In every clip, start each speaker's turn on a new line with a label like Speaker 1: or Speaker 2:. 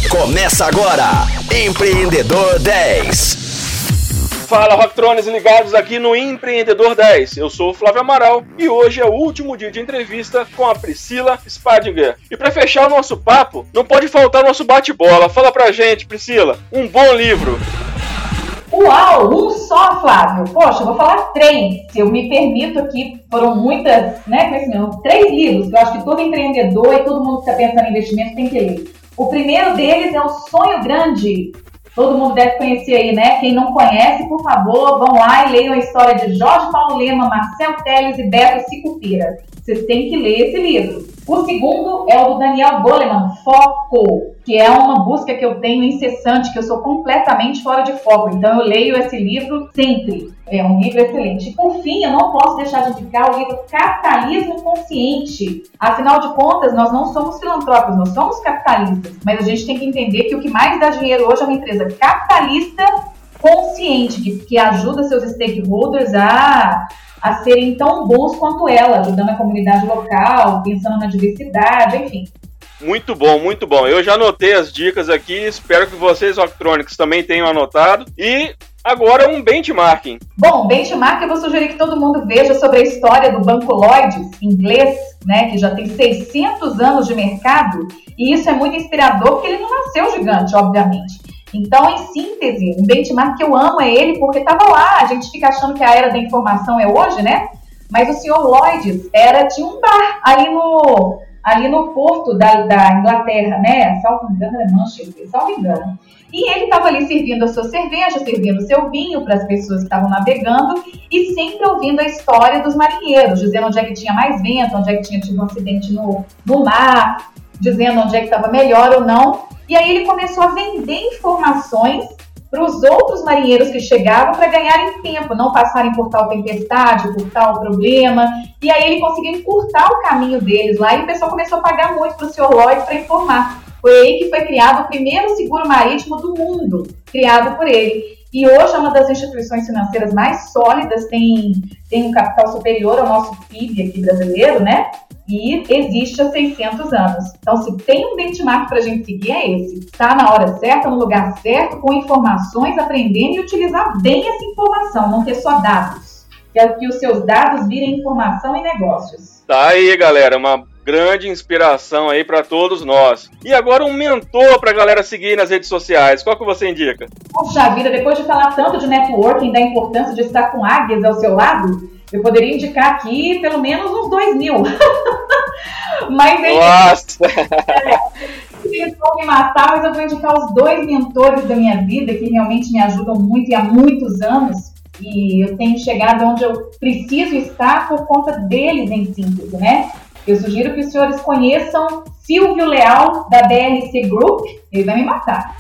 Speaker 1: Começa agora, Empreendedor 10.
Speaker 2: Fala, Rocktrones ligados aqui no Empreendedor 10. Eu sou o Flávio Amaral e hoje é o último dia de entrevista com a Priscila Spadinger. E para fechar o nosso papo, não pode faltar o nosso bate-bola. Fala pra gente, Priscila, um bom livro.
Speaker 3: Uau, um só, Flávio. Poxa, eu vou falar 3. Se eu me permito aqui, foram muitas, né, conhecimento. 3 livros que eu acho que todo empreendedor e todo mundo que está pensando em investimento tem que ler. O primeiro deles é O Sonho Grande. Todo mundo deve conhecer aí, né? Quem não conhece, por favor, vão lá e leiam a história de Jorge Paulo Lema, Marcel Telles e Beto Sicupira. Vocês têm que ler esse livro. O segundo é o do Daniel Goleman, Foco, que é uma busca que eu tenho incessante, que eu sou completamente fora de foco. Então eu leio esse livro sempre. É um livro excelente. E por fim, eu não posso deixar de indicar o livro Capitalismo Consciente. Afinal de contas, nós não somos filantrópicos, nós somos capitalistas. Mas a gente tem que entender que o que mais dá dinheiro hoje é uma empresa capitalista consciente, que ajuda seus stakeholders a serem tão bons quanto ela, ajudando a comunidade local, pensando na diversidade, enfim.
Speaker 2: Muito bom, muito bom. Eu já anotei as dicas aqui, espero que vocês, Rocktronics, também tenham anotado. E agora um benchmarking.
Speaker 3: Bom, benchmark eu vou sugerir que todo mundo veja sobre a história do Banco Lloyds, inglês, né, que já tem 600 anos de mercado, e isso é muito inspirador, porque ele não nasceu gigante, obviamente. Então, em síntese, um benchmark que eu amo é ele, porque estava lá, a gente fica achando que a era da informação é hoje, né? Mas o senhor Lloyds tinha um bar ali no porto da Inglaterra, né? Salvo engano, é Manchester, salvo engano. E ele estava ali servindo a sua cerveja, servindo o seu vinho para as pessoas que estavam navegando e sempre ouvindo a história dos marinheiros, dizendo onde é que tinha mais vento, onde é que tinha tido um acidente no mar, dizendo onde é que estava melhor ou não. E aí ele começou a vender informações para os outros marinheiros que chegavam para ganharem tempo, não passarem por tal tempestade, por tal problema. E aí ele conseguiu encurtar o caminho deles lá e o pessoal começou a pagar muito para o Sr. Lloyd para informar. Foi aí que foi criado o primeiro seguro marítimo do mundo, criado por ele. E hoje é uma das instituições financeiras mais sólidas, tem um capital superior ao nosso PIB aqui brasileiro, né? E existe há 600 anos. Então, se tem um benchmark para a gente seguir, é esse. Está na hora certa, no lugar certo, com informações, aprendendo e utilizar bem essa informação, não ter só dados. Que os seus dados virem informação e negócios.
Speaker 2: Tá aí, galera, uma grande inspiração aí para todos nós. E agora um mentor para a galera seguir nas redes sociais. Qual que você indica?
Speaker 3: Poxa vida, depois de falar tanto de networking, da importância de estar com águias ao seu lado, eu poderia indicar aqui pelo menos uns 2.000. Mas
Speaker 2: nossa!
Speaker 3: Eles vão me matar, mas eu vou indicar os 2 mentores da minha vida que realmente me ajudam muito e há muitos anos. E eu tenho chegado onde eu preciso estar por conta deles, em síntese, né? Eu sugiro que os senhores conheçam Silvio Leal, da BRC Group, ele vai me matar.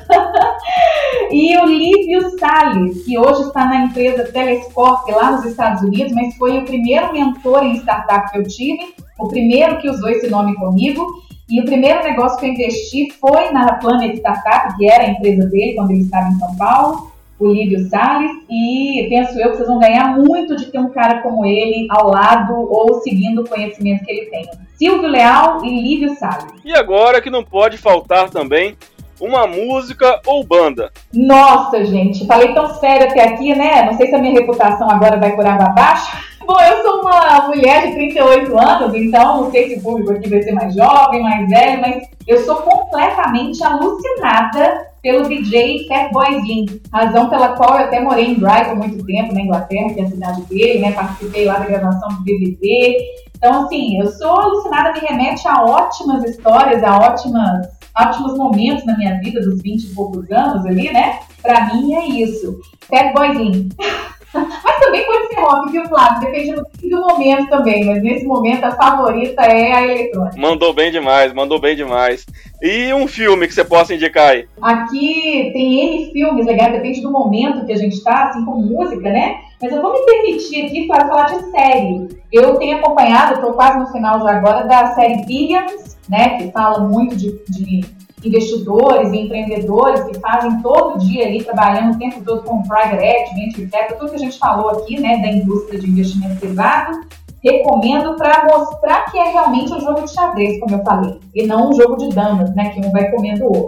Speaker 3: E o Lívio Salles, que hoje está na empresa Telescorp, lá nos Estados Unidos, mas foi o primeiro mentor em startup que eu tive, o primeiro que usou esse nome comigo, e o primeiro negócio que eu investi foi na Planet Startup, que era a empresa dele quando ele estava em São Paulo, o Lívio Salles, e penso eu que vocês vão ganhar muito de ter um cara como ele ao lado ou seguindo o conhecimento que ele tem. Silvio Leal e Lívio Salles.
Speaker 2: E agora que não pode faltar também uma música ou banda.
Speaker 3: Nossa, gente, falei tão sério até aqui, né? Não sei se a minha reputação agora vai por água abaixo. Bom, eu sou uma mulher de 38 anos, então não sei se o público aqui vai ser mais jovem, mais velho, mas eu sou completamente alucinada pelo DJ Fatboy Slim, razão pela qual eu até morei em Brighton muito tempo, na Inglaterra, que é a cidade dele, né? Participei lá da gravação do DVD. Então, assim, eu sou alucinada, me remete a ótimas histórias, a ótimos momentos na minha vida, dos 20 e poucos anos ali, né? Pra mim é isso. Fatboy Slim. Mas também pode ser rock, viu, Flávio? Depende do momento também, mas nesse momento a favorita é a eletrônica.
Speaker 2: Mandou bem demais, mandou bem demais. E um filme que você possa indicar aí?
Speaker 3: Aqui tem N filmes legais, depende do momento que a gente tá, assim como música, né? Mas eu vou me permitir aqui para falar de série. Eu tenho acompanhado, estou quase no final já agora, da série Billions, né? Que fala muito de investidores e empreendedores que fazem todo dia ali, trabalhando o tempo todo com private equity, venture capital, tudo que a gente falou aqui, né, da indústria de investimento privado. Recomendo para mostrar que é realmente um jogo de xadrez, como eu falei, e não um jogo de damas, né, que um vai comendo o outro.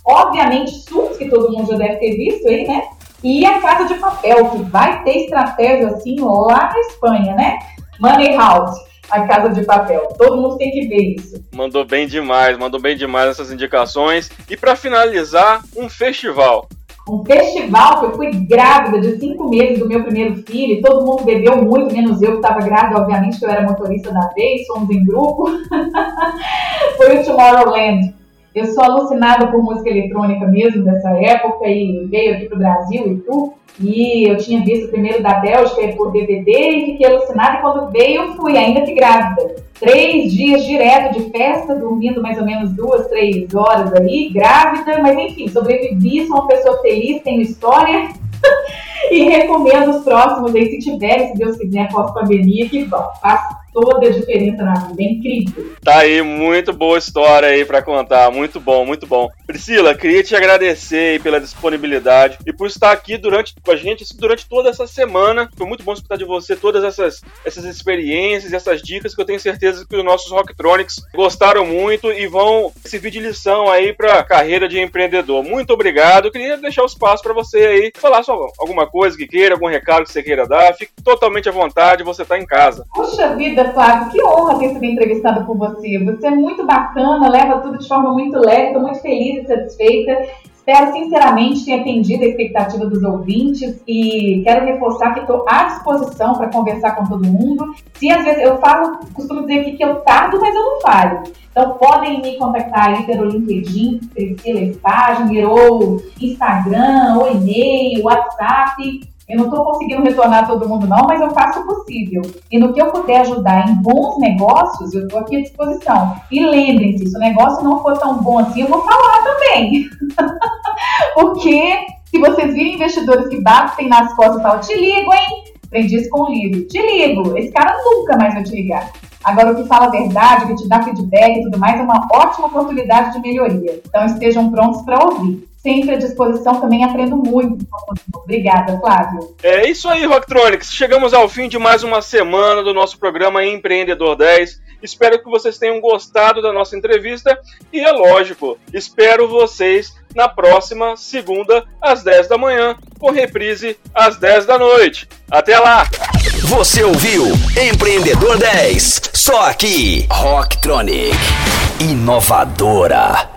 Speaker 3: Obviamente, Suits, que todo mundo já deve ter visto aí, né? E A Casa de Papel, que vai ter estratégia assim lá na Espanha, né? Money House, A Casa de Papel. Todo mundo tem que ver isso.
Speaker 2: Mandou bem demais essas indicações. E para finalizar, um festival.
Speaker 3: Um festival que eu fui grávida de 5 meses do meu primeiro filho. Todo mundo bebeu muito, menos eu que estava grávida, obviamente, que eu era motorista da vez, fomos em grupo. Foi o Tomorrowland. Eu sou alucinada por música eletrônica mesmo dessa época e veio aqui pro Brasil e tudo. E eu tinha visto o primeiro da Bélgica por DVD e fiquei alucinada. E quando veio, eu fui ainda que grávida. 3 dias direto de festa, dormindo mais ou menos 2, 3 horas aí, grávida. Mas enfim, sobrevivi, sou uma pessoa feliz, tenho história. E recomendo os próximos aí, se tiverem, se Deus quiser, pós-pandemia, que bom, faz toda a diferença na vida, é incrível.
Speaker 2: Tá aí, muito boa história aí pra contar, muito bom, muito bom. Priscila, queria te agradecer aí pela disponibilidade e por estar aqui com a gente durante toda essa semana. Foi muito bom escutar de você todas essas experiências e essas dicas que eu tenho certeza que os nossos Rocktronics gostaram muito e vão servir de lição aí pra carreira de empreendedor. Muito obrigado, eu queria deixar o espaço pra você aí falar só alguma coisa que queira, algum recado que você queira dar, fique totalmente à vontade, você tá em casa.
Speaker 3: Puxa vida, Flávio, que honra ter sido entrevistado por você. Você é muito bacana, leva tudo de forma muito leve, estou muito feliz e satisfeita. Espero sinceramente ter atendido a expectativa dos ouvintes e quero reforçar que estou à disposição para conversar com todo mundo. Se às vezes eu costumo dizer aqui que eu tardo, mas eu não falho. Então podem me contactar aí pelo LinkedIn, Priscila Spadginger, ou Instagram, ou e-mail, WhatsApp. Eu não estou conseguindo retornar todo mundo não, mas eu faço o possível. E no que eu puder ajudar em bons negócios, eu estou aqui à disposição. E lembrem-se, se o negócio não for tão bom assim, eu vou falar também. Porque se vocês virem investidores que batem nas costas e falam, te ligo, hein? Aprendi isso com um livro. Te ligo. Esse cara nunca mais vai te ligar. Agora, o que fala a verdade, o que te dá feedback e tudo mais, é uma ótima oportunidade de melhoria. Então, estejam prontos para ouvir. Sempre à disposição, também aprendo muito. Obrigada, Flávio.
Speaker 2: É isso aí, Rocktronics. Chegamos ao fim de mais uma semana do nosso programa Empreendedor 10. Espero que vocês tenham gostado da nossa entrevista e, é lógico, espero vocês na próxima segunda, às 10 da manhã, com reprise às 10 da noite. Até lá!
Speaker 1: Você ouviu Empreendedor 10, só aqui, Rocktronic, inovadora.